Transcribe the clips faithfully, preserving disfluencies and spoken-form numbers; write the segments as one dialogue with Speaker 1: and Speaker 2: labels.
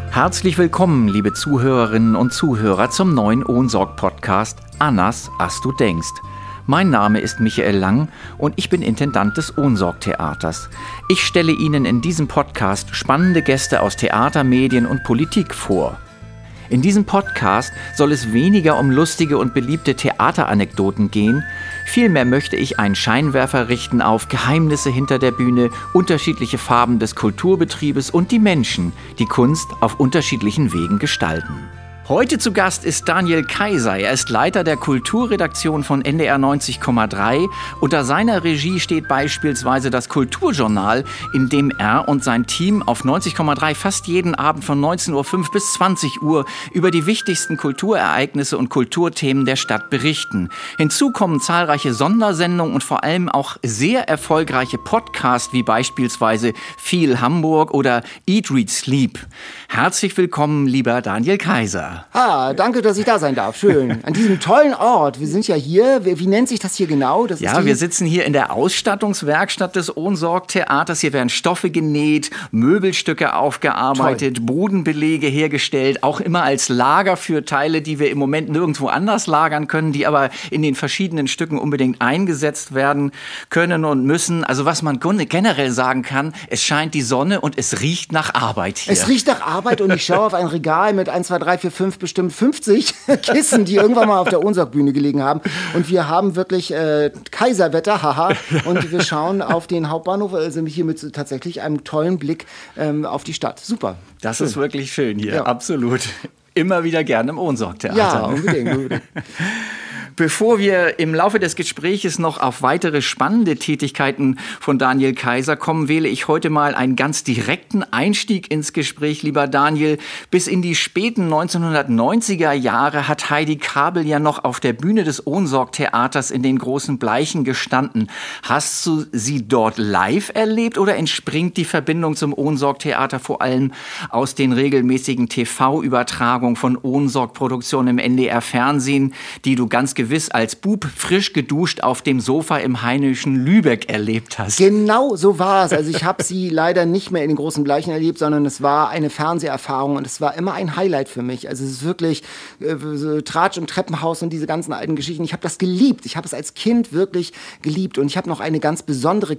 Speaker 1: Herzlich willkommen, liebe Zuhörerinnen und Zuhörer, zum neuen Ohnsorg-Podcast Anders, als du denkst. Mein Name ist Michael Lang und ich bin Intendant des Ohnsorg-Theaters. Ich stelle Ihnen in diesem Podcast spannende Gäste aus Theater, Medien und Politik vor. In diesem Podcast soll es weniger um lustige und beliebte Theateranekdoten gehen. Vielmehr möchte ich einen Scheinwerfer richten auf Geheimnisse hinter der Bühne, unterschiedliche Farben des Kulturbetriebes und die Menschen, die Kunst auf unterschiedlichen Wegen gestalten. Heute zu Gast ist Daniel Kaiser. Er ist Leiter der Kulturredaktion von N D R neunzig Komma drei. Unter seiner Regie steht beispielsweise das Kulturjournal, in dem er und sein Team auf neunzig Komma drei fast jeden Abend von neunzehn Uhr fünf bis zwanzig Uhr über die wichtigsten Kulturereignisse und Kulturthemen der Stadt berichten. Hinzu kommen zahlreiche Sondersendungen und vor allem auch sehr erfolgreiche Podcasts, wie beispielsweise Viel Hamburg oder Eat, Read, Sleep. Herzlich willkommen, lieber Daniel Kaiser.
Speaker 2: Ah, danke, dass ich da sein darf. Schön. An diesem tollen Ort. Wir sind ja hier. Wie, wie nennt sich das hier genau? Das
Speaker 1: ja,
Speaker 2: ist
Speaker 1: wir sitzen hier in der Ausstattungswerkstatt des Ohnsorg-Theaters. Hier werden Stoffe genäht, Möbelstücke aufgearbeitet, Toll. Bodenbelege hergestellt. Auch immer als Lager für Teile, die wir im Moment nirgendwo anders lagern können, die aber in den verschiedenen Stücken unbedingt eingesetzt werden können und müssen. Also was man generell sagen kann, es scheint die Sonne und es riecht nach Arbeit hier.
Speaker 2: Es riecht nach Arbeit und ich schaue auf ein Regal mit eins, zwei, drei, vier, fünf, bestimmt fünfzig Kissen, die irgendwann mal auf der Ohnsorg-Bühne gelegen haben. Und wir haben wirklich äh, Kaiserwetter, haha. Und wir schauen auf den Hauptbahnhof, also hier mit tatsächlich einem tollen Blick ähm, auf die Stadt. Super.
Speaker 1: Das
Speaker 2: schön.
Speaker 1: Ist wirklich schön hier,
Speaker 2: ja.
Speaker 1: Absolut. Immer wieder gerne im Ohnsorg-Theater.
Speaker 2: Ja, unbedingt, unbedingt.
Speaker 1: Bevor wir im Laufe des Gespräches noch auf weitere spannende Tätigkeiten von Daniel Kaiser kommen, wähle ich heute mal einen ganz direkten Einstieg ins Gespräch, lieber Daniel. Bis in die späten neunzehnhundertneunziger Jahre hat Heidi Kabel ja noch auf der Bühne des Ohnsorg-Theaters in den großen Bleichen gestanden. Hast du sie dort live erlebt oder entspringt die Verbindung zum Ohnsorg-Theater vor allem aus den regelmäßigen T V-Übertragungen von Ohnsorg-Produktionen im N D R-Fernsehen, die du ganz gewiss als Bub frisch geduscht auf dem Sofa im heimischen Lübeck erlebt hast?
Speaker 2: Genau so war es. Also ich habe sie leider nicht mehr in den großen Bleichen erlebt, sondern es war eine Fernseherfahrung und es war immer ein Highlight für mich. Also es ist wirklich äh, so Tratsch im Treppenhaus und diese ganzen alten Geschichten. Ich habe das geliebt. Ich habe es als Kind wirklich geliebt und ich habe noch eine ganz besondere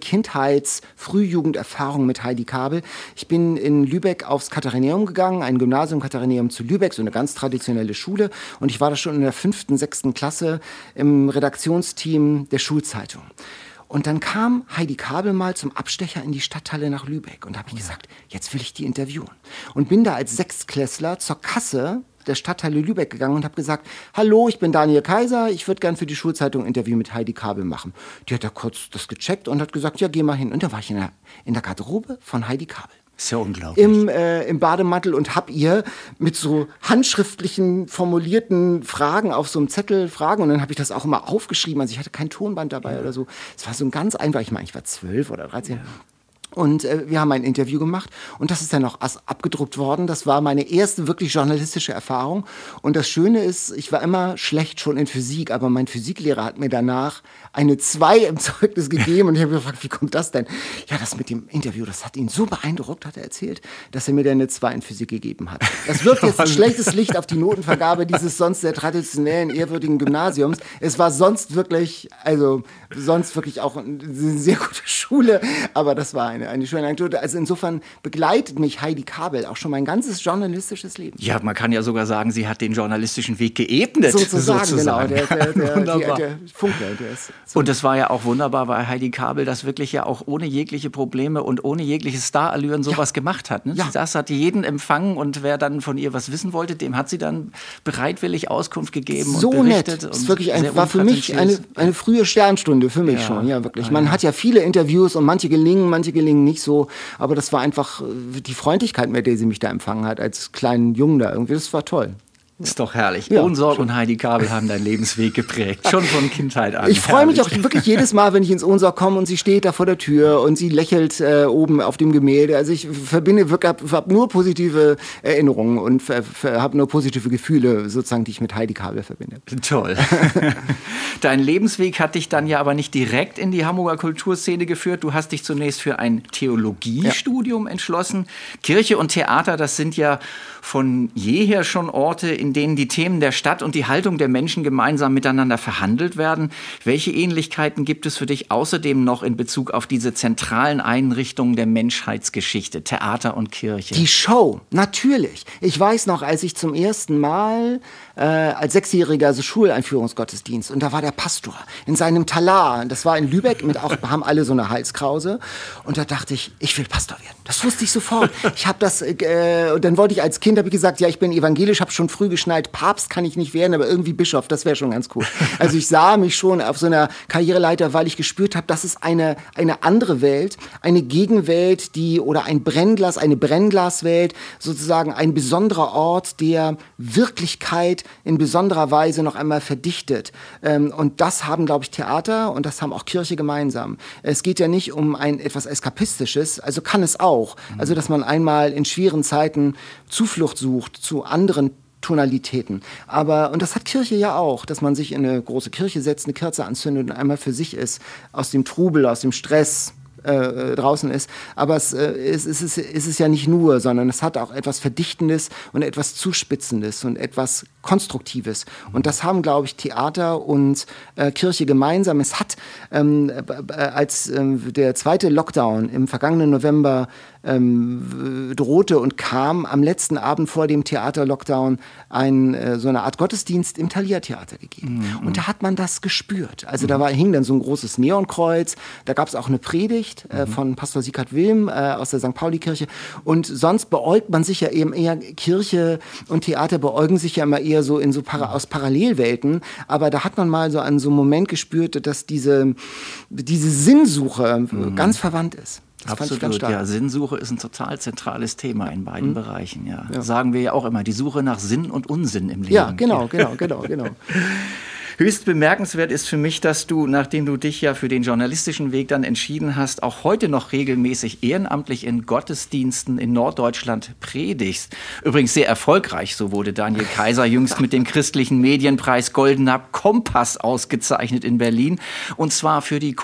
Speaker 2: Kindheits-Frühjugenderfahrung mit Heidi Kabel. Ich bin in Lübeck aufs Katharineum gegangen, ein Gymnasium Katharineum zu Lübeck, so eine ganz traditionelle Schule, und ich war da schon in der fünften, sechsten Klasse im Redaktionsteam der Schulzeitung. Und dann kam Heidi Kabel mal zum Abstecher in die Stadthalle nach Lübeck und habe ich gesagt, jetzt will ich die interviewen. Und bin da als Sechstklässler zur Kasse der Stadthalle Lübeck gegangen und habe gesagt, hallo, ich bin Daniel Kaiser, ich würde gern für die Schulzeitung ein Interview mit Heidi Kabel machen. Die hat da kurz das gecheckt und hat gesagt, ja, geh mal hin. Und da war ich in der, in der Garderobe von Heidi Kabel.
Speaker 1: Ist ja unglaublich.
Speaker 2: Im, äh, im Bademantel und hab ihr mit so handschriftlichen, formulierten Fragen auf so einem Zettel Fragen. Und dann habe ich das auch immer aufgeschrieben. Also ich hatte kein Tonband dabei ja. oder so. Es war so ein ganz einfach, ich meine, ich war zwölf oder dreizehn. Ja. Und äh, wir haben ein Interview gemacht und das ist dann auch abgedruckt worden. Das war meine erste wirklich journalistische Erfahrung. Und das Schöne ist, ich war immer schlecht schon in Physik, aber mein Physiklehrer hat mir danach eine zwei im Zeugnis gegeben und ich habe gefragt, wie kommt das denn? Ja, das mit dem Interview, das hat ihn so beeindruckt, hat er erzählt, dass er mir dann eine zwei in Physik gegeben hat. Das wirft jetzt ein schlechtes Licht auf die Notenvergabe dieses sonst sehr traditionellen, ehrwürdigen Gymnasiums. Es war sonst wirklich, also sonst wirklich auch eine sehr gute Schule, aber das war eine, eine schöne Anekdote. Also insofern begleitet mich Heidi Kabel auch schon mein ganzes journalistisches Leben.
Speaker 1: Ja, man kann ja sogar sagen, sie hat den journalistischen Weg geebnet.
Speaker 2: Sozusagen, sozusagen. Genau. Der, der, der,
Speaker 1: Wunderbar.
Speaker 2: Die, der Funke, der ist so.
Speaker 1: Und das war ja auch wunderbar, weil Heidi Kabel das wirklich ja auch ohne jegliche Probleme und ohne jegliche Starallüren sowas ja. gemacht hat. Ne?
Speaker 2: Ja.
Speaker 1: Das hat jeden empfangen und wer dann von ihr was wissen wollte, dem hat sie dann bereitwillig Auskunft gegeben
Speaker 2: so
Speaker 1: und berichtet.
Speaker 2: So nett. Das ist wirklich ein, war für mich eine, eine frühe Sternstunde, für mich ja. schon. Ja, wirklich. Man ja. hat ja viele Interviews und manche gelingen, manche gelingen nicht so. Aber das war einfach die Freundlichkeit, mit der sie mich da empfangen hat, als kleinen Jungen da irgendwie. Das war toll.
Speaker 1: Ist doch herrlich.
Speaker 2: Ja,
Speaker 1: Ohnsorg und Heidi Kabel haben deinen Lebensweg geprägt. Schon von Kindheit an.
Speaker 2: Ich freue mich auch wirklich jedes Mal, wenn ich ins Ohnsorg komme und sie steht da vor der Tür und sie lächelt äh, oben auf dem Gemälde. Also ich verbinde wirklich, habe hab nur positive Erinnerungen und habe nur positive Gefühle, sozusagen, die ich mit Heidi Kabel verbinde.
Speaker 1: Toll. Dein Lebensweg hat dich dann ja aber nicht direkt in die Hamburger Kulturszene geführt. Du hast dich zunächst für ein Theologiestudium ja. entschlossen. Kirche und Theater, das sind ja von jeher schon Orte, in denen die Themen der Stadt und die Haltung der Menschen gemeinsam miteinander verhandelt werden. Welche Ähnlichkeiten gibt es für dich außerdem noch in Bezug auf diese zentralen Einrichtungen der Menschheitsgeschichte, Theater und Kirche?
Speaker 2: Die Show, natürlich. Ich weiß noch, als ich zum ersten Mal äh, als Sechsjähriger, also Schuleinführungsgottesdienst, und da war der Pastor in seinem Talar, das war in Lübeck, mit auch, haben alle so eine Halskrause, und da dachte ich, ich will Pastor werden. Das wusste ich sofort. Ich habe das, äh, und dann wollte ich als Kind, habe ich gesagt, ja, ich bin evangelisch, habe schon früh geschnallt, Papst kann ich nicht werden, aber irgendwie Bischof, das wäre schon ganz cool. Also ich sah mich schon auf so einer Karriereleiter, weil ich gespürt habe, das ist eine, eine andere Welt, eine Gegenwelt, die, oder ein Brennglas, eine Brennglaswelt, sozusagen ein besonderer Ort, der Wirklichkeit in besonderer Weise noch einmal verdichtet. Und das haben, glaube ich, Theater und das haben auch Kirche gemeinsam. Es geht ja nicht um ein etwas Eskapistisches, also kann es auch. Also, dass man einmal in schweren Zeiten Zuflucht sucht zu anderen Tonalitäten. Aber, und das hat Kirche ja auch, dass man sich in eine große Kirche setzt, eine Kerze anzündet und einmal für sich ist, aus dem Trubel, aus dem Stress äh, draußen ist. Aber es, äh, es, es, ist, es ist ja nicht nur, sondern es hat auch etwas Verdichtendes und etwas Zuspitzendes und etwas Konstruktives. Und das haben, glaube ich, Theater und äh, Kirche gemeinsam. Es hat, ähm, äh, als äh, der zweite Lockdown im vergangenen November ähm, drohte und kam, am letzten Abend vor dem Theater-Lockdown ein, äh, so eine Art Gottesdienst im Thalia-Theater gegeben. Mhm. Und da hat man das gespürt. Also mhm. da war, hing dann so ein großes Neonkreuz, da gab es auch eine Predigt äh, mhm. von Pastor Sieghard Wilm äh, aus der Sankt Pauli-Kirche. Und sonst beäugt man sich ja eben eher, Kirche und Theater beäugen sich ja immer eher so in so para- aus Parallelwelten. Aber da hat man mal so einen so einen Moment gespürt, dass diese, diese Sinnsuche mhm. ganz verwandt ist. Das
Speaker 1: Absolut, ja. Sinnsuche ist ein total zentrales Thema in beiden mhm. Bereichen. Ja. Ja. Sagen wir ja auch immer, die Suche nach Sinn und Unsinn im Leben.
Speaker 2: Ja, genau, genau, genau, genau.
Speaker 1: Höchst bemerkenswert ist für mich, dass du, nachdem du dich ja für den journalistischen Weg dann entschieden hast, auch heute noch regelmäßig ehrenamtlich in Gottesdiensten in Norddeutschland predigst. Übrigens sehr erfolgreich, so wurde Daniel Kaiser jüngst mit dem christlichen Medienpreis Goldener Kompass ausgezeichnet in Berlin. Und zwar für die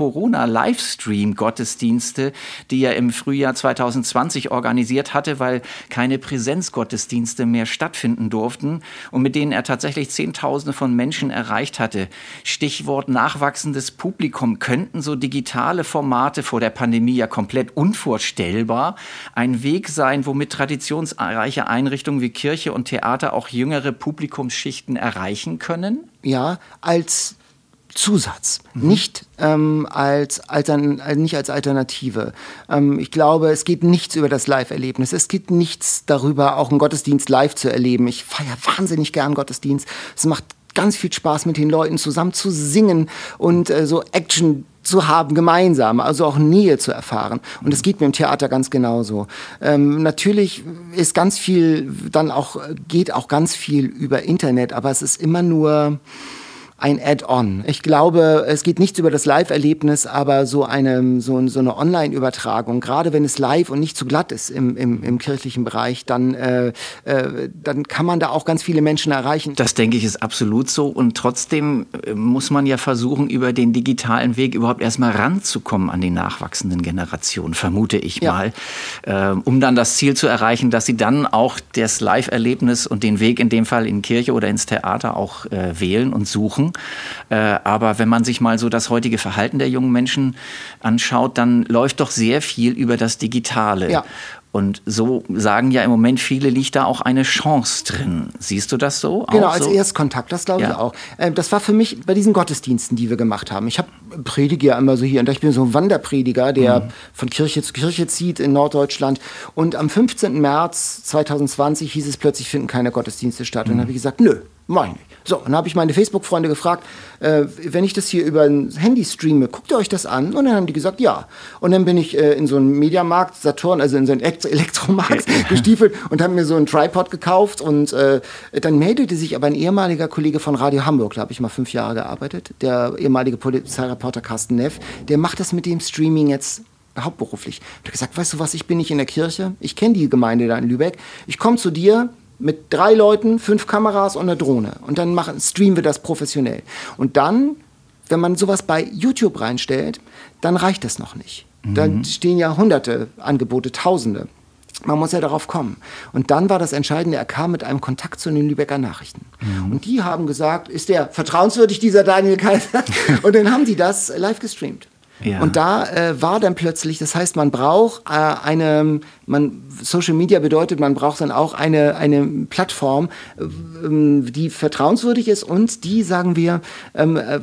Speaker 1: Corona-Livestream-Gottesdienste, die er im Frühjahr zwanzig zwanzig organisiert hatte, weil keine Präsenzgottesdienste mehr stattfinden durften und mit denen er tatsächlich Zehntausende von Menschen erreicht hat. Hatte. Stichwort nachwachsendes Publikum. Könnten so digitale Formate vor der Pandemie ja komplett unvorstellbar ein Weg sein, womit traditionsreiche Einrichtungen wie Kirche und Theater auch jüngere Publikumsschichten erreichen können?
Speaker 2: Ja, als Zusatz, mhm. nicht, ähm, als Altern- nicht als Alternative. Ähm, ich glaube, es geht nichts über das Live-Erlebnis. Es geht nichts darüber, auch einen Gottesdienst live zu erleben. Ich feiere wahnsinnig gern Gottesdienst. Es macht ganz viel Spaß, mit den Leuten zusammen zu singen und äh, so Action zu haben gemeinsam, also auch Nähe zu erfahren. Und das geht mir im Theater ganz genauso. Ähm, natürlich ist ganz viel, dann auch, geht auch ganz viel über Internet, aber es ist immer nur ein Add-on. Ich glaube, es geht nichts über das Live-Erlebnis, aber so eine, so, so eine Online-Übertragung, gerade wenn es live und nicht zu glatt ist im, im, im kirchlichen Bereich, dann, äh, äh, dann kann man da auch ganz viele Menschen erreichen.
Speaker 1: Das, denke ich, ist absolut so. Und trotzdem muss man ja versuchen, über den digitalen Weg überhaupt erstmal ranzukommen an die nachwachsenden Generationen, vermute ich ja. mal, äh, um dann das Ziel zu erreichen, dass sie dann auch das Live-Erlebnis und den Weg in dem Fall in Kirche oder ins Theater auch äh, wählen und suchen. Äh, aber wenn man sich mal so das heutige Verhalten der jungen Menschen anschaut, dann läuft doch sehr viel über das Digitale. Ja. Und so sagen ja im Moment viele, liegt da auch eine Chance drin. Siehst du das so?
Speaker 2: Genau,
Speaker 1: auch
Speaker 2: als
Speaker 1: so?
Speaker 2: Erstkontakt, das glaube ich ja. auch. Ähm, das war für mich bei diesen Gottesdiensten, die wir gemacht haben. Ich habe predige ja immer so hier und da, ich bin so ein Wanderprediger, der mhm. von Kirche zu Kirche zieht in Norddeutschland. Und am fünfzehnten März zweitausendzwanzig hieß es plötzlich, finden keine Gottesdienste statt. Mhm. Und dann habe ich gesagt, nö. Mach ich nicht. So, und dann habe ich meine Facebook-Freunde gefragt, äh, wenn ich das hier über ein Handy streame, guckt ihr euch das an? Und dann haben die gesagt, ja. Und dann bin ich äh, in so einen Mediamarkt, Saturn, also in so einen Elektromarkt gestiefelt und habe mir so einen Tripod gekauft. Und äh, dann meldete sich aber ein ehemaliger Kollege von Radio Hamburg, da habe ich mal fünf Jahre gearbeitet, der ehemalige Polizeireporter Carsten Neff, der macht das mit dem Streaming jetzt hauptberuflich. Der hat gesagt, weißt du was, ich bin nicht in der Kirche, ich kenne die Gemeinde da in Lübeck, ich komme zu dir, mit drei Leuten, fünf Kameras und einer Drohne. Und dann machen, streamen wir das professionell. Und dann, wenn man sowas bei YouTube reinstellt, dann reicht das noch nicht. Mhm. Dann stehen ja hunderte Angebote, tausende. Man muss ja darauf kommen. Und dann war das Entscheidende, er kam mit einem Kontakt zu den Lübecker Nachrichten. Mhm. Und die haben gesagt, ist der vertrauenswürdig, dieser Daniel Kaiser? Und dann haben die das live gestreamt. Ja. Und da äh, war dann plötzlich, das heißt, man braucht äh, eine, man, Social Media bedeutet, man braucht dann auch eine, eine Plattform, äh, die vertrauenswürdig ist und die, sagen wir, ähm, äh,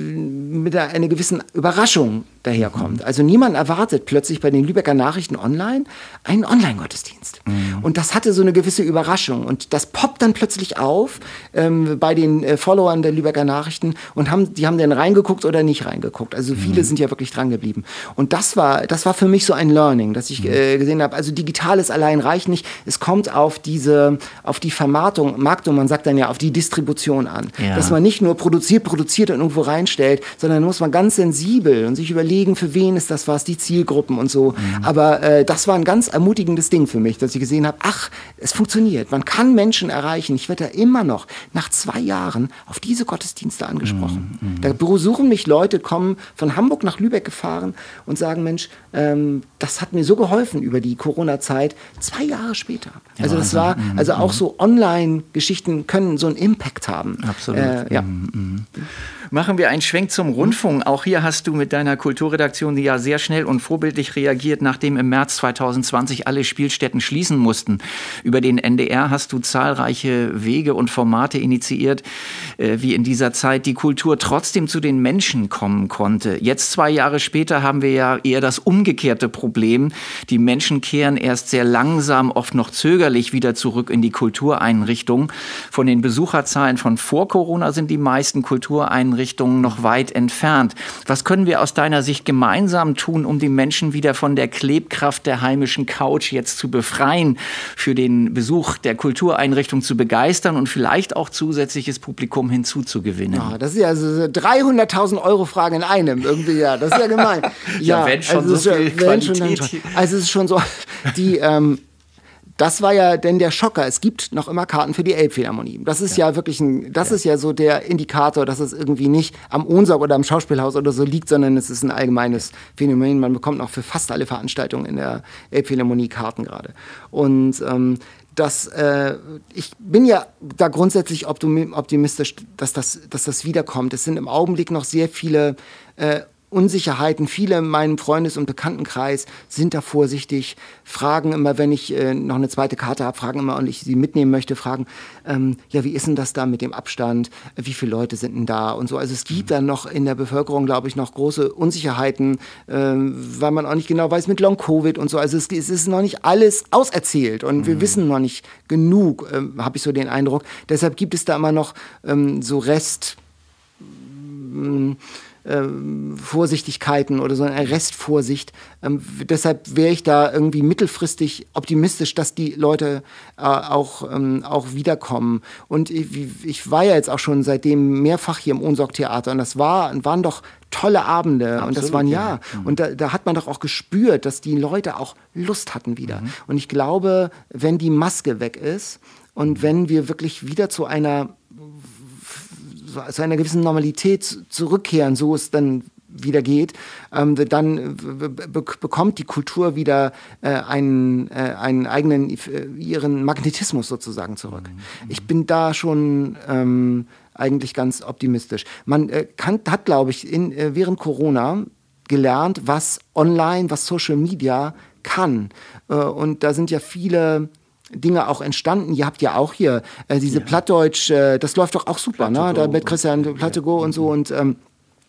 Speaker 2: mit einer, einer gewissen Überraschung daherkommt. Mhm. Also niemand erwartet plötzlich bei den Lübecker Nachrichten online einen Online-Gottesdienst. Mhm. Und das hatte so eine gewisse Überraschung. Und das poppt dann plötzlich auf ähm, bei den äh, Followern der Lübecker Nachrichten und haben, die haben dann reingeguckt oder nicht reingeguckt. Also viele mhm. sind ja wirklich dran geblieben. Und das war, das war für mich so ein Learning, dass ich äh, gesehen habe, also Digitales allein reicht nicht. Es kommt auf diese, auf die Vermarktung, Marktung, man sagt dann ja auf die Distribution an. Ja. Dass man nicht nur produziert, produziert und irgendwo reinstellt, sondern muss man ganz sensibel und sich überlegen, für wen ist das was, die Zielgruppen und so. Mhm. Aber äh, das war ein ganz ermutigendes Ding für mich, dass ich gesehen habe, ach, es funktioniert. Man kann Menschen erreichen. Ich werde da immer noch nach zwei Jahren auf diese Gottesdienste angesprochen. Mhm. Da besuchen mich Leute, kommen von Hamburg nach Lübeck gefahren und sagen, Mensch, ähm, das hat mir so geholfen über die Corona-Zeit, zwei Jahre später. Ja, also das war, also auch so Online-Geschichten können so einen Impact haben.
Speaker 1: Absolut.
Speaker 2: Äh, ja.
Speaker 1: Mhm. Machen wir einen Schwenk zum Rundfunk. Auch hier hast du mit deiner Kulturredaktion ja sehr schnell und vorbildlich reagiert, nachdem im März zwanzig zwanzig alle Spielstätten schließen mussten. Über den N D R hast du zahlreiche Wege und Formate initiiert, äh, wie in dieser Zeit die Kultur trotzdem zu den Menschen kommen konnte. Jetzt, zwei Jahre später, haben wir ja eher das umgekehrte Problem. Die Menschen kehren erst sehr langsam, oft noch zögerlich wieder zurück in die Kultureinrichtungen. Von den Besucherzahlen von vor Corona sind die meisten Kultureinrichtungen Richtungen noch weit entfernt. Was können wir aus deiner Sicht gemeinsam tun, um die Menschen wieder von der Klebkraft der heimischen Couch jetzt zu befreien, für den Besuch der Kultureinrichtung zu begeistern und vielleicht auch zusätzliches Publikum hinzuzugewinnen?
Speaker 2: Ja, das ist ja so dreihunderttausend Euro Frage in einem irgendwie, ja, das ist ja gemein.
Speaker 1: ja, ja, wenn schon also so viel Qualität.
Speaker 2: Schon, also es ist schon so, die ähm, das war ja denn der Schocker. Es gibt noch immer Karten für die Elbphilharmonie. Das ist ja, ja wirklich ein, das ja. ist ja so der Indikator, dass es irgendwie nicht am Ohnsorg oder am Schauspielhaus oder so liegt, sondern es ist ein allgemeines Phänomen. Man bekommt auch für fast alle Veranstaltungen in der Elbphilharmonie Karten gerade. Und ähm, das, äh, ich bin ja da grundsätzlich optimistisch, dass das, dass das wiederkommt. Es sind im Augenblick noch sehr viele äh, Unsicherheiten. Viele in meinem Freundes- und Bekanntenkreis sind da vorsichtig, fragen immer, wenn ich äh, noch eine zweite Karte habe, fragen immer, und ich sie mitnehmen möchte, fragen, ähm, ja, wie ist denn das da mit dem Abstand? Wie viele Leute sind denn da? Und so. Also es gibt dann noch in der Bevölkerung, glaube ich, noch große Unsicherheiten, ähm, weil man auch nicht genau weiß mit Long-Covid und so. Also es, es ist noch nicht alles auserzählt und mhm. wir wissen noch nicht genug, ähm, habe ich so den Eindruck. Deshalb gibt es da immer noch ähm, so Rest... Ähm, Ähm, Vorsichtigkeiten oder so eine Restvorsicht. Ähm, deshalb wäre ich da irgendwie mittelfristig optimistisch, dass die Leute äh, auch, ähm, auch wiederkommen. Und ich, ich war ja jetzt auch schon seitdem mehrfach hier im Ohnsorg-Theater und das war, waren doch tolle Abende. Absolut, und das waren ja. ja. Mhm. Und da, da hat man doch auch gespürt, dass die Leute auch Lust hatten wieder. Mhm. Und ich glaube, wenn die Maske weg ist und wenn wir wirklich wieder zu einer zu einer gewissen Normalität zurückkehren, so es dann wieder geht, ähm, dann be- bekommt die Kultur wieder äh, einen, äh, einen eigenen, äh, ihren Magnetismus sozusagen zurück. Mhm. Ich bin da schon ähm, eigentlich ganz optimistisch. Man äh, kann, hat, glaube ich, in, äh, während Corona gelernt, was online, was Social Media kann. Äh, und da sind ja viele Dinge auch entstanden. Ihr habt ja auch hier äh, diese ja. Plattdeutsch, äh, das läuft doch auch super, Plattego, ne? Da mit Christian Plattego ja. und so und ähm,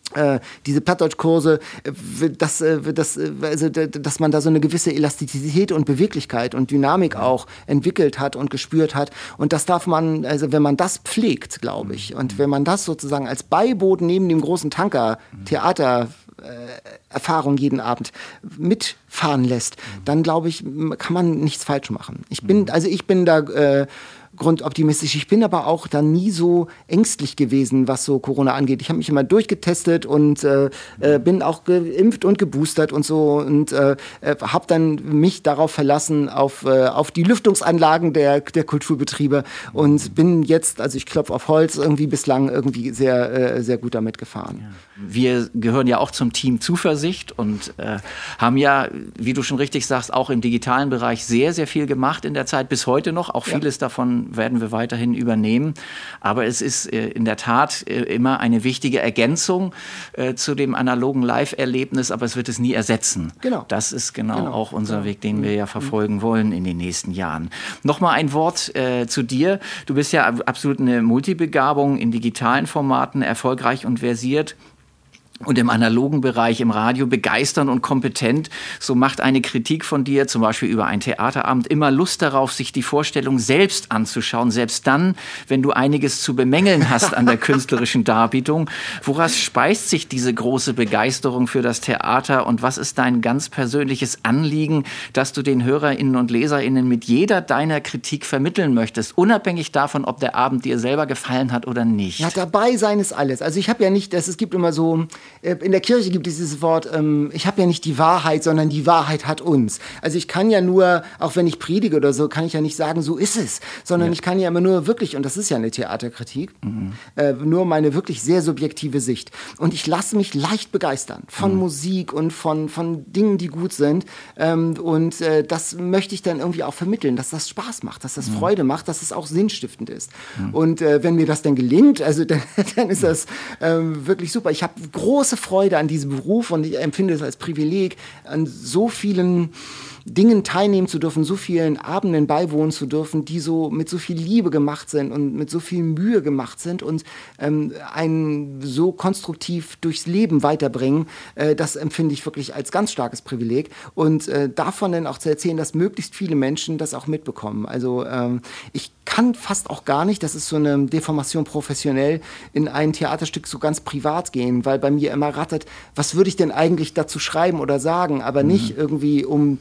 Speaker 2: Äh, diese Plattdeutschkurse, äh, dass, äh, dass, äh, also, dass man da so eine gewisse Elastizität und Beweglichkeit und Dynamik auch entwickelt hat und gespürt hat. Und das darf man, also wenn man das pflegt, glaube ich, und wenn man das sozusagen als Beiboot neben dem großen Tanker Theater äh, Erfahrung jeden Abend mitfahren lässt, dann glaube ich, kann man nichts falsch machen. Ich bin, also ich bin da äh, grundoptimistisch. Ich bin aber auch da nie so ängstlich gewesen, was so Corona angeht. Ich habe mich immer durchgetestet und äh, äh, bin auch geimpft und geboostert und so und äh, habe dann mich darauf verlassen, auf, äh, auf die Lüftungsanlagen der, der Kulturbetriebe und bin jetzt, also ich klopfe auf Holz, irgendwie bislang irgendwie sehr, äh, sehr gut damit gefahren.
Speaker 1: Ja. Wir gehören ja auch zum Team Zuversicht und äh, haben ja, wie du schon richtig sagst, auch im digitalen Bereich sehr, sehr viel gemacht in der Zeit, bis heute noch. Auch vieles ja. davon werden wir weiterhin übernehmen. Aber es ist äh, in der Tat äh, immer eine wichtige Ergänzung äh, zu dem analogen Live-Erlebnis, aber es wird es nie ersetzen. Genau. Das ist genau, genau. auch unser genau. Weg, den wir ja verfolgen mhm. wollen in den nächsten Jahren. Nochmal ein Wort äh, zu dir. Du bist ja absolut eine Multibegabung in digitalen Formaten, erfolgreich und versiert. Und im analogen Bereich, im Radio begeistern und kompetent. So macht eine Kritik von dir, zum Beispiel über einen Theaterabend, immer Lust darauf, sich die Vorstellung selbst anzuschauen. Selbst dann, wenn du einiges zu bemängeln hast an der künstlerischen Darbietung. Woraus speist sich diese große Begeisterung für das Theater? Und was ist dein ganz persönliches Anliegen, das du den HörerInnen und LeserInnen mit jeder deiner Kritik vermitteln möchtest? Unabhängig davon, ob der Abend dir selber gefallen hat oder nicht.
Speaker 2: Ja, dabei sein ist alles. Also ich habe ja nicht, es gibt immer so... In der Kirche gibt es dieses Wort, ähm, ich habe ja nicht die Wahrheit, sondern die Wahrheit hat uns. Also ich kann ja nur, auch wenn ich predige oder so, kann ich ja nicht sagen, so ist es, sondern ja. ich kann ja immer nur wirklich, und das ist ja eine Theaterkritik, mhm. äh, nur meine wirklich sehr subjektive Sicht. Und ich lasse mich leicht begeistern von mhm. Musik und von, von Dingen, die gut sind. Ähm, und äh, das möchte ich dann irgendwie auch vermitteln, dass das Spaß macht, dass das mhm. Freude macht, dass es auch sinnstiftend ist. Mhm. Und äh, wenn mir das dann gelingt, also dann, dann ist das ähm, wirklich super. Ich habe große große Freude an diesem Beruf und ich empfinde es als Privileg, an so vielen Dingen teilnehmen zu dürfen, so vielen Abenden beiwohnen zu dürfen, die so mit so viel Liebe gemacht sind und mit so viel Mühe gemacht sind und ähm, einen so konstruktiv durchs Leben weiterbringen. Äh, das empfinde ich wirklich als ganz starkes Privileg und äh, davon dann auch zu erzählen, dass möglichst viele Menschen das auch mitbekommen. Also ähm, ich kann fast auch gar nicht, das ist so eine Deformation professionell, in ein Theaterstück so ganz privat gehen, weil bei mir immer rattert, was würde ich denn eigentlich dazu schreiben oder sagen, aber mhm. nicht irgendwie um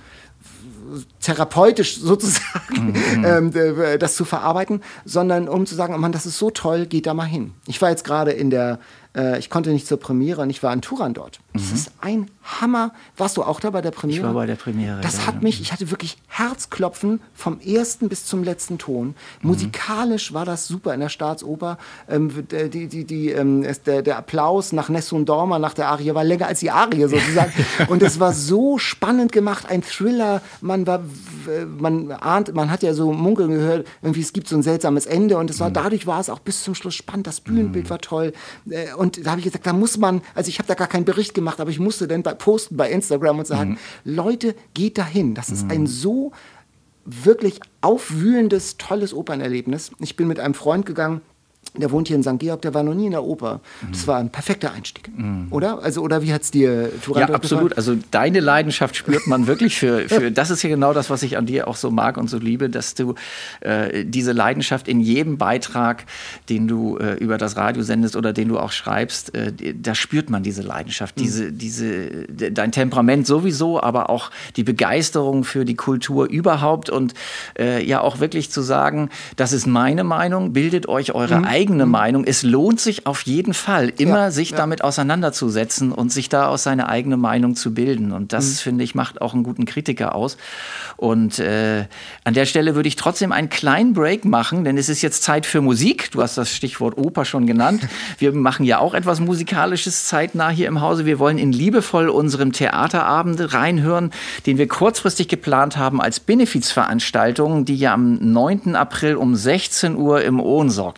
Speaker 2: therapeutisch sozusagen mhm. ähm, das zu verarbeiten, sondern um zu sagen, oh Mann, das ist so toll, geht da mal hin. Ich war jetzt gerade in der, äh, ich konnte nicht zur Premiere und ich war in Turandot. Mhm. Das ist ein Hammer. Warst du auch da bei der Premiere?
Speaker 1: Ich war bei der Premiere.
Speaker 2: Das
Speaker 1: ja,
Speaker 2: hat
Speaker 1: ja.
Speaker 2: mich, ich hatte wirklich Herzklopfen vom ersten bis zum letzten Ton. Mhm. Musikalisch war das super in der Staatsoper. Ähm, die, die, die, ähm, der, der Applaus nach Nessun Dorma, nach der Arie, war länger als die Arie sozusagen. Und es war so spannend gemacht, ein Thriller. Man war, man ahnt, man hat ja so munkeln gehört, irgendwie es gibt so ein seltsames Ende und es war, mhm. dadurch war es auch bis zum Schluss spannend. Das Bühnenbild mhm. war toll. Und da habe ich gesagt, da muss man, also ich habe da gar keinen Bericht gemacht, aber ich musste dann bei, posten bei Instagram und sagen, mhm. Leute, geht dahin. Das ist mhm. ein so wirklich aufwühlendes, tolles Opernerlebnis. Ich bin mit einem Freund gegangen, der wohnt hier in Sankt Georg, der war noch nie in der Oper. Das war ein perfekter Einstieg, mm. oder? Also, oder wie hat es dir,
Speaker 1: Turandot, ja, absolut. Gefallen? Also deine Leidenschaft spürt man wirklich für, für das ist ja genau das, was ich an dir auch so mag und so liebe, dass du äh, diese Leidenschaft in jedem Beitrag, den du äh, über das Radio sendest oder den du auch schreibst, äh, da spürt man diese Leidenschaft, mm. diese, diese, dein Temperament sowieso, aber auch die Begeisterung für die Kultur überhaupt und äh, ja auch wirklich zu sagen, das ist meine Meinung, bildet euch eure mm. eigene eigene Meinung. Es lohnt sich auf jeden Fall, immer ja, sich ja. damit auseinanderzusetzen und sich daraus seine eigene Meinung zu bilden. Und das, mhm. finde ich, macht auch einen guten Kritiker aus. Und äh, an der Stelle würde ich trotzdem einen kleinen Break machen, denn es ist jetzt Zeit für Musik. Du hast das Stichwort Oper schon genannt. Wir machen ja auch etwas Musikalisches zeitnah hier im Hause. Wir wollen in Liebevoll unserem Theaterabend reinhören, den wir kurzfristig geplant haben als Benefizveranstaltung, die ja am neunten April um sechzehn Uhr im Ohnsorg-Theater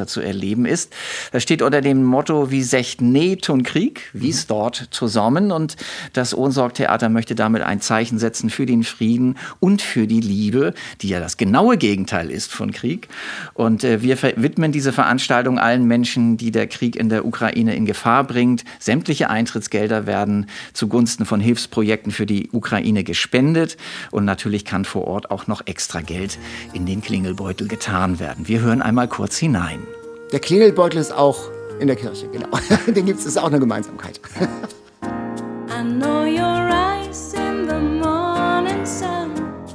Speaker 1: Theater zu erleben ist. Das steht unter dem Motto, wie secht Net und Krieg, wie es dort zusammen. Und das Ohnsorg-Theater möchte damit ein Zeichen setzen für den Frieden und für die Liebe, die ja das genaue Gegenteil ist von Krieg. Und äh, wir widmen diese Veranstaltung allen Menschen, die der Krieg in der Ukraine in Gefahr bringt. Sämtliche Eintrittsgelder werden zugunsten von Hilfsprojekten für die Ukraine gespendet. Und natürlich kann vor Ort auch noch extra Geld in den Klingelbeutel getan werden. Wir hören einmal kurz hinein.
Speaker 2: Der Klingelbeutel ist auch in der Kirche, genau. Den gibt es, ist auch eine Gemeinsamkeit.
Speaker 3: I know your eyes in the morning sun.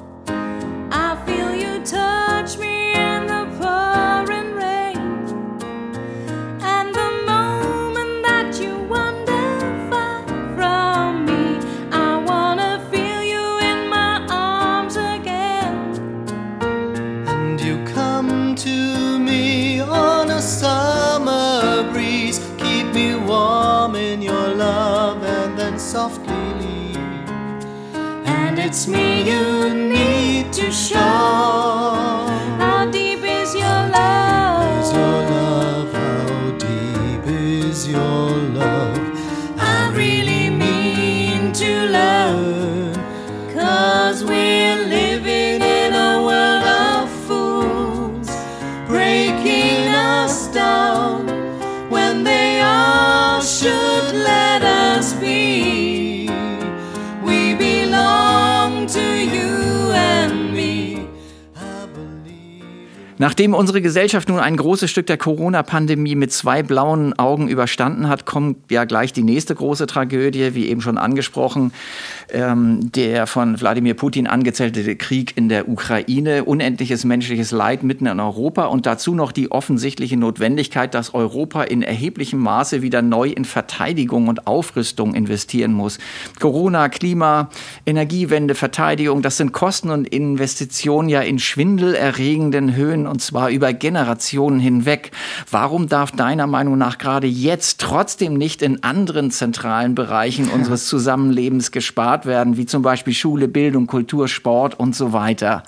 Speaker 3: I feel you touch me in the pouring rain. And the moment that you wander far from me, I wanna feel you in my arms again.
Speaker 4: And you come to me on a summer breeze, keep me warm in your love and then softly leave.
Speaker 3: And it's me you need to show. How deep is your love?
Speaker 4: Is your love, how deep is your love?
Speaker 3: I really mean to learn, 'cause we're living in a world of fools, breaking us down when they all should let us be. We belong to you and me.
Speaker 4: I believe.
Speaker 1: Nachdem unsere Gesellschaft nun ein großes Stück der Corona-Pandemie mit zwei blauen Augen überstanden hat, kommt ja gleich die nächste große Tragödie, wie eben schon angesprochen, ähm, der von Wladimir Putin angezettelte Krieg in der Ukraine, unendliches menschliches Leid mitten in Europa und dazu noch die offensichtliche Notwendigkeit, dass Europa in erheblichem Maße wieder neu in Verteidigung und Aufrüstung investieren muss. Corona, Klima, Energiewende, Verteidigung, das sind Kosten und Investitionen ja in schwindelerregenden Höhen und zwar über Generationen hinweg. Warum darf deiner Meinung nach gerade jetzt trotzdem nicht in anderen zentralen Bereichen unseres Zusammenlebens gespart werden, wie zum Beispiel Schule, Bildung, Kultur, Sport und so weiter?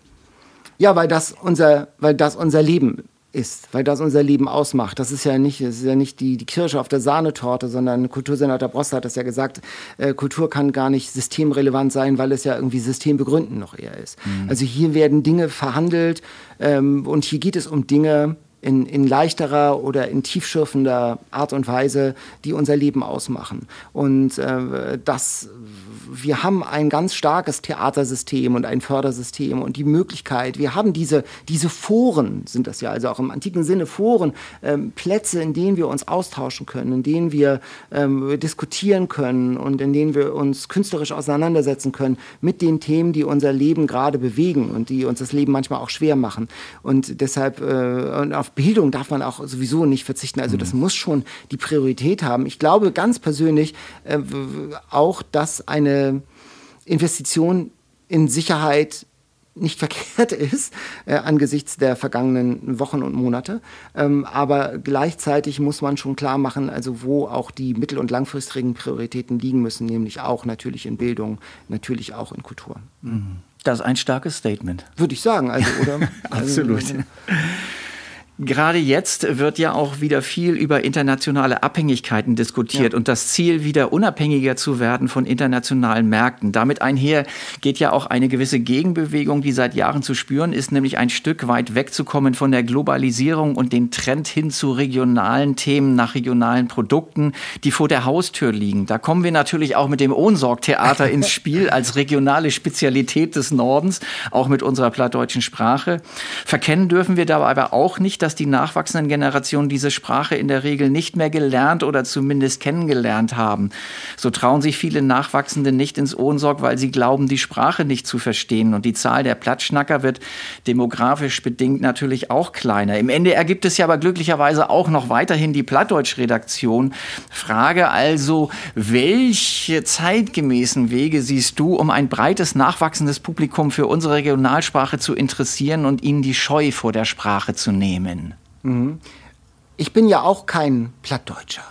Speaker 2: Ja, weil das unser, weil das unser Leben ist, weil das unser Leben ausmacht. Das ist ja nicht, das ist ja nicht die, die Kirsche auf der Sahnetorte, sondern Kultursenator Broster hat das ja gesagt, äh, Kultur kann gar nicht systemrelevant sein, weil es ja irgendwie systembegründend noch eher ist. Mhm. Also hier werden Dinge verhandelt ähm, und hier geht es um Dinge in, in leichterer oder in tiefschürfender Art und Weise, die unser Leben ausmachen. Und äh, das, wir haben ein ganz starkes Theatersystem und ein Fördersystem und die Möglichkeit, wir haben diese, diese Foren, sind das ja also auch im antiken Sinne Foren, ähm, Plätze, in denen wir uns austauschen können, in denen wir ähm, diskutieren können und in denen wir uns künstlerisch auseinandersetzen können mit den Themen, die unser Leben gerade bewegen und die uns das Leben manchmal auch schwer machen. Und deshalb äh, und auf Bildung darf man auch sowieso nicht verzichten. Also das muss schon die Priorität haben. Ich glaube ganz persönlich äh, auch, dass eine Investition in Sicherheit nicht verkehrt ist, äh, angesichts der vergangenen Wochen und Monate. Ähm, aber gleichzeitig muss man schon klar machen, also wo auch die mittel- und langfristigen Prioritäten liegen müssen, nämlich auch natürlich in Bildung, natürlich auch in Kultur.
Speaker 1: Das ist ein starkes Statement.
Speaker 2: Würde ich sagen, also, oder?
Speaker 1: Absolut.
Speaker 2: Also,
Speaker 1: Gerade jetzt wird ja auch wieder viel über internationale Abhängigkeiten diskutiert, ja, und das Ziel, wieder unabhängiger zu werden von internationalen Märkten. Damit einher geht ja auch eine gewisse Gegenbewegung, die seit Jahren zu spüren ist, nämlich ein Stück weit wegzukommen von der Globalisierung und den Trend hin zu regionalen Themen, nach regionalen Produkten, die vor der Haustür liegen. Da kommen wir natürlich auch mit dem Ohnsorg-Theater ins Spiel als regionale Spezialität des Nordens, auch mit unserer plattdeutschen Sprache. Verkennen dürfen wir dabei aber auch nicht, dass die nachwachsenden Generationen diese Sprache in der Regel nicht mehr gelernt oder zumindest kennengelernt haben. So trauen sich viele Nachwachsende nicht ins Ohnsorg, weil sie glauben, die Sprache nicht zu verstehen. Und die Zahl der Plattschnacker wird demografisch bedingt natürlich auch kleiner. Im N D R gibt es ja aber glücklicherweise auch noch weiterhin die Plattdeutsch-Redaktion. Frage also, welche zeitgemäßen Wege siehst du, um ein breites, nachwachsendes Publikum für unsere Regionalsprache zu interessieren und ihnen die Scheu vor der Sprache zu nehmen?
Speaker 2: Ich bin ja auch kein Plattdeutscher.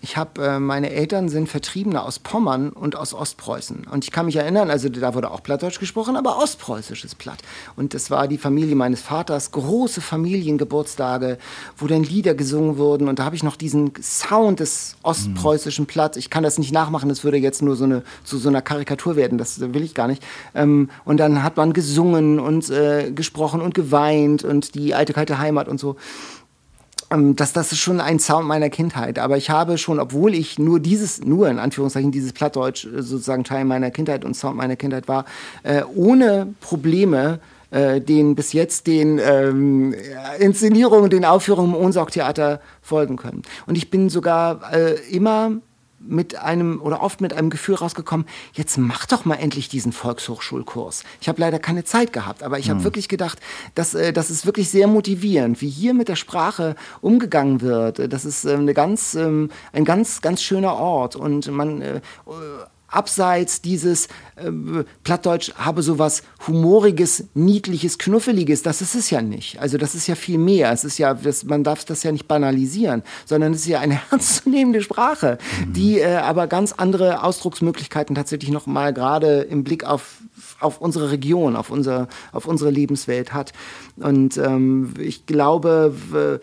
Speaker 2: Ich habe, äh, meine Eltern sind Vertriebene aus Pommern und aus Ostpreußen. Und ich kann mich erinnern, also da wurde auch Plattdeutsch gesprochen, aber ostpreußisches Platt. Und das war die Familie meines Vaters, große Familiengeburtstage, wo dann Lieder gesungen wurden. Und da habe ich noch diesen Sound des ostpreußischen Platt. Ich kann das nicht nachmachen, das würde jetzt nur so eine, zu so einer Karikatur werden, das will ich gar nicht. Ähm, und dann hat man gesungen und äh, gesprochen und geweint und die alte kalte Heimat und so. Das, das ist schon ein Sound meiner Kindheit. Aber ich habe schon, obwohl ich nur dieses, nur in Anführungszeichen, dieses Plattdeutsch sozusagen Teil meiner Kindheit und Sound meiner Kindheit war, äh, ohne Probleme äh, den bis jetzt den ähm, Inszenierungen, den Aufführungen im Ohnsorg-Theater folgen können. Und ich bin sogar äh, immer mit einem oder oft mit einem Gefühl rausgekommen, jetzt mach doch mal endlich diesen Volkshochschulkurs. Ich habe leider keine Zeit gehabt, aber ich habe hm. wirklich gedacht, dass, äh, das ist wirklich sehr motivierend, wie hier mit der Sprache umgegangen wird. Das ist äh, eine ganz, ähm, ein ganz, ganz schöner Ort und man äh, abseits dieses äh, Plattdeutsch habe sowas Humoriges, Niedliches, Knuffeliges, das ist es ja nicht. Also das ist ja viel mehr. Es ist ja, das, man darf das ja nicht banalisieren, sondern es ist ja eine ernstzunehmende Sprache, mhm. die äh, aber ganz andere Ausdrucksmöglichkeiten tatsächlich noch mal gerade im Blick auf, auf unsere Region, auf, unser, auf unsere Lebenswelt hat. Und ähm, ich glaube, w-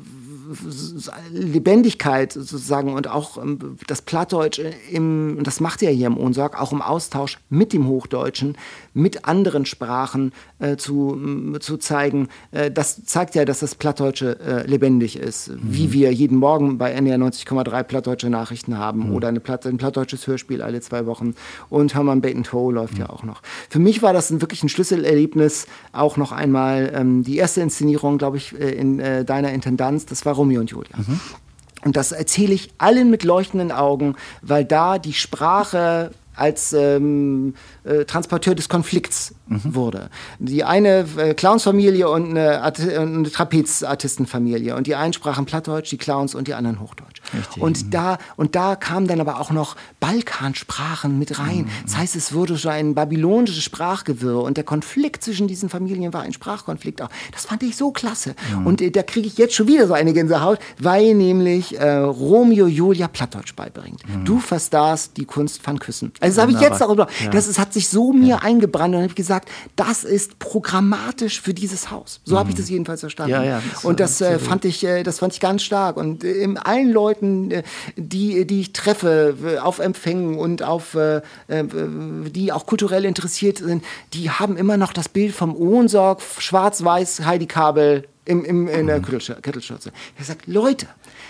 Speaker 2: Lebendigkeit sozusagen und auch ähm, das Plattdeutsch im, das macht ja hier im Ohnsorg, auch im Austausch mit dem Hochdeutschen, mit anderen Sprachen äh, zu, äh, zu zeigen. Äh, das zeigt ja, dass das Plattdeutsche äh, lebendig ist, mhm. wie wir jeden Morgen bei N D R neunzig Komma drei plattdeutsche Nachrichten haben mhm. oder eine Platt, ein plattdeutsches Hörspiel alle zwei Wochen und Hermann Bacon Toe läuft mhm. ja auch noch. Für mich war das ein, wirklich ein Schlüsselerlebnis, auch noch einmal ähm, die erste Inszenierung, glaube ich, in äh, deiner Intendanz, das war Romeo und Julia. Mhm. Und das erzähle ich allen mit leuchtenden Augen, weil da die Sprache als ähm, äh, Transporteur des Konflikts mhm. wurde. Die eine äh, Clownsfamilie und eine, Art- eine Trapezartistenfamilie. Und die einen sprachen Plattdeutsch, die Clowns, und die anderen Hochdeutsch. Richtig. Und da, und da kamen dann aber auch noch Balkansprachen mit rein. Mhm. Das heißt, es wurde so ein babylonisches Sprachgewirr. Und der Konflikt zwischen diesen Familien war ein Sprachkonflikt auch. Das fand ich so klasse. Mhm. Und äh, da kriege ich jetzt schon wieder so eine Gänsehaut, weil nämlich äh, Romeo Julia Plattdeutsch beibringt. Mhm. Du verstehst die Kunst von Küssen. Also das habe ich jetzt darüber. Ja. Das ist, hat sich so mir ja. eingebrannt und habe ich gesagt, das ist programmatisch für dieses Haus. So mhm. habe ich das jedenfalls verstanden. Ja, ja, das und das äh, fand ich, äh, das fand ich ganz stark. Und äh, allen Leuten, äh, die, die ich treffe, äh, auf Empfängen und auf, äh, äh, die auch kulturell interessiert sind, die haben immer noch das Bild vom Ohnsorg, schwarz-weiß, Heidi Kabel im, im, in der mhm. Kittelschürze. Ich habe gesagt, Leute,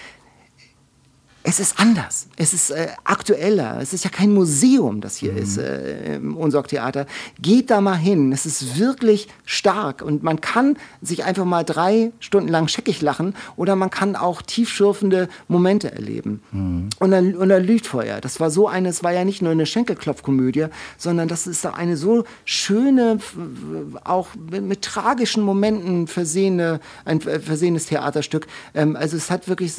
Speaker 2: es ist anders, es ist äh, aktueller, es ist ja kein Museum, das hier mhm. ist äh, im Ohnsorg-Theater. Geht da mal hin, es ist wirklich stark und man kann sich einfach mal drei Stunden lang scheckig lachen oder man kann auch tiefschürfende Momente erleben. Mhm. Und dann, und dann Lüftfeuer, das war so eine, es war ja nicht nur eine Schenkelklopfkomödie, sondern das ist eine so schöne, auch mit, mit tragischen Momenten versehene, ein versehenes Theaterstück. Ähm, also es hat wirklich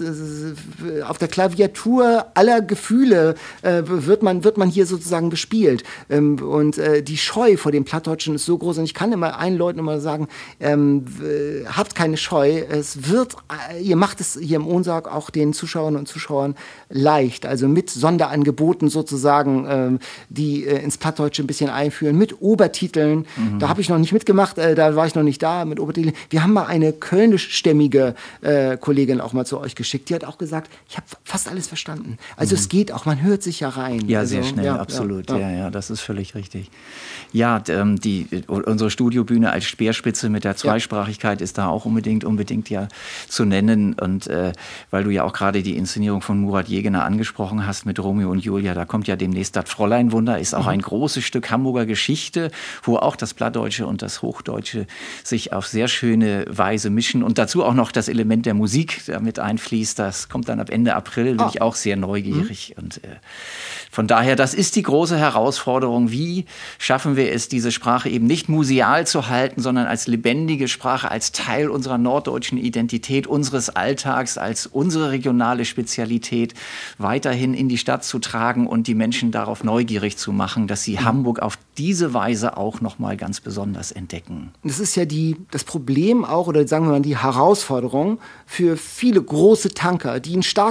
Speaker 2: auf der Klaviatur aller Gefühle äh, wird, man, wird man hier sozusagen bespielt. Ähm, und äh, die Scheu vor dem Plattdeutschen ist so groß. Und ich kann immer allen Leuten immer sagen, ähm, äh, habt keine Scheu. Es wird, äh, ihr macht es hier im Ohnsorg auch den Zuschauerinnen und Zuschauern leicht. Also mit Sonderangeboten sozusagen, äh, die äh, ins Plattdeutsche ein bisschen einführen, mit Obertiteln. Mhm. Da habe ich noch nicht mitgemacht, äh, da war ich noch nicht da mit Obertiteln. Wir haben mal eine kölnischstämmige äh, Kollegin auch mal zu euch geschickt. Die hat auch gesagt, ich habe fast alles verstanden. Also mhm. es geht auch, man hört sich ja rein.
Speaker 1: Ja,
Speaker 2: also,
Speaker 1: sehr schnell,
Speaker 2: ja,
Speaker 1: absolut.
Speaker 2: Ja,
Speaker 1: ja. ja, ja, das ist völlig richtig. Ja, die, unsere Studiobühne als Speerspitze mit der Zweisprachigkeit ja. ist da auch unbedingt, unbedingt ja zu nennen. Und äh, weil du ja auch gerade die Inszenierung von Murat Yegener angesprochen hast mit Romeo und Julia, da kommt ja demnächst das Fräuleinwunder, ist auch mhm. ein großes Stück Hamburger Geschichte, wo auch das Plattdeutsche und das Hochdeutsche sich auf sehr schöne Weise mischen und dazu auch noch das Element der Musik damit einfließt. Das kommt dann ab Ende April. Bin oh. ich auch sehr neugierig. Mhm. Und äh, von daher, das ist die große Herausforderung. Wie schaffen wir es, diese Sprache eben nicht museal zu halten, sondern als lebendige Sprache, als Teil unserer norddeutschen Identität, unseres Alltags, als unsere regionale Spezialität weiterhin in die Stadt zu tragen und die Menschen darauf neugierig zu machen, dass sie mhm. Hamburg auf diese Weise auch noch mal ganz besonders entdecken.
Speaker 2: Das ist ja die, das Problem auch, oder sagen wir mal die Herausforderung für viele große Tanker, die einen starken Marken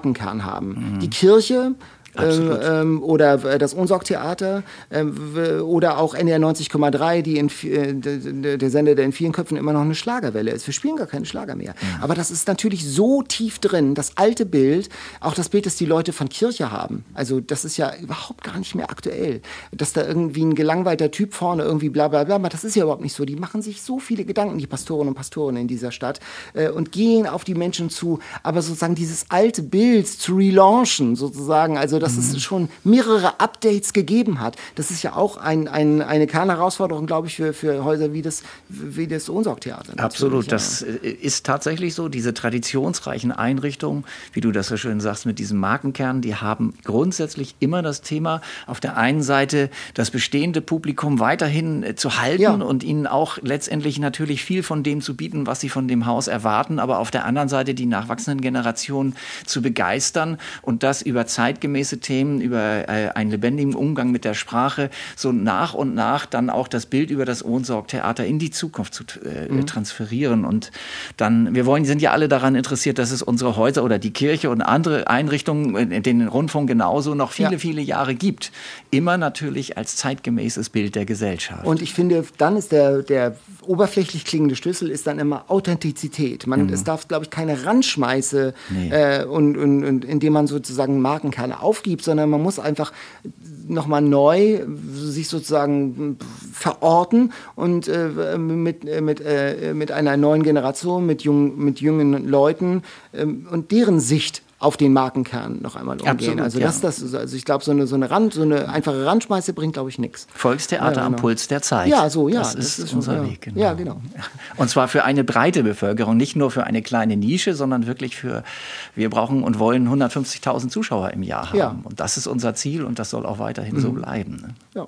Speaker 2: Markenkern haben. Mhm. Die Kirche ähm, ähm, oder das Ohnsorg-Theater ähm, oder auch N D R neunzig Komma drei, die in, äh, der, der Sender, der in vielen Köpfen immer noch eine Schlagerwelle ist. Wir spielen gar keine Schlager mehr. Mhm. Aber das ist natürlich so tief drin, das alte Bild, auch das Bild, das die Leute von Kirche haben. Also das ist ja überhaupt gar nicht mehr aktuell. Dass da irgendwie ein gelangweilter Typ vorne irgendwie bla bla bla, aber das ist ja überhaupt nicht so. Die machen sich so viele Gedanken, die Pastoren und Pastorinnen in dieser Stadt, äh, und gehen auf die Menschen zu. Aber sozusagen dieses alte Bild zu relaunchen, sozusagen, also dass es schon mehrere Updates gegeben hat. Das ist ja auch ein, ein, eine Kernherausforderung, glaube ich, für, für Häuser wie das, wie das Ohnsorg-Theater.
Speaker 1: Absolut,
Speaker 2: ja.
Speaker 1: Das ist tatsächlich so. Diese traditionsreichen Einrichtungen, wie du das so schön sagst, mit diesem Markenkern, die haben grundsätzlich immer das Thema, auf der einen Seite das bestehende Publikum weiterhin äh, zu halten ja. und ihnen auch letztendlich natürlich viel von dem zu bieten, was sie von dem Haus erwarten, aber auf der anderen Seite die nachwachsenden Generationen zu begeistern und das über zeitgemäße Themen, über äh, einen lebendigen Umgang mit der Sprache, so nach und nach dann auch das Bild über das Ohnsorg-Theater in die Zukunft zu äh, mhm. transferieren. Und dann, wir wollen, sind ja alle daran interessiert, dass es unsere Häuser oder die Kirche und andere Einrichtungen, den Rundfunk genauso, noch viele, ja. viele Jahre gibt. Immer natürlich als zeitgemäßes Bild der Gesellschaft.
Speaker 2: Und ich finde, dann ist der, der oberflächlich klingende Schlüssel ist dann immer Authentizität. Man, mhm. Es darf, glaube ich, keine Randschmeiße, nee. äh, und, und, und indem man sozusagen Markenkerne aufgibt, sondern man muss einfach nochmal neu sich sozusagen verorten und äh, mit, mit, äh, mit einer neuen Generation, mit, jung, mit jungen Leuten äh, und deren Sicht auf den Markenkern noch einmal umgehen.
Speaker 1: Absolut,
Speaker 2: also,
Speaker 1: ja.
Speaker 2: das, das, also ich glaube, so eine, so eine Rand, so eine einfache Randschmeiße bringt, glaube ich, nichts.
Speaker 1: Volkstheater
Speaker 2: ja, genau.
Speaker 1: am Puls der Zeit.
Speaker 2: Ja, so, ja.
Speaker 1: Das, das ist, ist unser
Speaker 2: schon,
Speaker 1: Weg. Genau.
Speaker 2: Ja, genau.
Speaker 1: Und zwar für eine breite Bevölkerung, nicht nur für eine kleine Nische, sondern wirklich für, wir brauchen und wollen hundertfünfzigtausend Zuschauer im Jahr haben.
Speaker 2: Ja.
Speaker 1: Und das ist unser Ziel und das soll auch weiterhin mhm. so bleiben. Ne?
Speaker 2: Ja.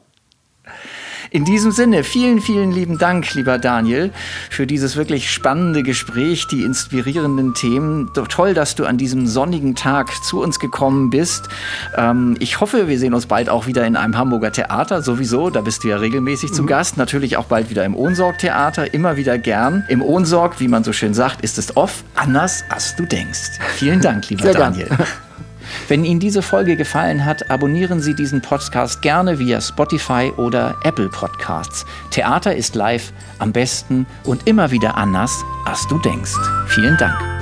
Speaker 1: In diesem Sinne, vielen, vielen lieben Dank, lieber Daniel, für dieses wirklich spannende Gespräch, die inspirierenden Themen. Toll, dass du an diesem sonnigen Tag zu uns gekommen bist. Ähm, ich hoffe, wir sehen uns bald auch wieder in einem Hamburger Theater. Sowieso, da bist du ja regelmäßig mhm. zu Gast. Natürlich auch bald wieder im Ohnsorg-Theater, immer wieder gern. Im Ohnsorg, wie man so schön sagt, ist es oft anders, als du denkst. Vielen Dank, lieber
Speaker 2: Sehr
Speaker 1: Daniel.
Speaker 2: Gern.
Speaker 1: Wenn Ihnen diese Folge gefallen hat, abonnieren Sie diesen Podcast gerne via Spotify oder Apple Podcasts. Theater ist live, am besten und immer wieder anders, als du denkst. Vielen Dank.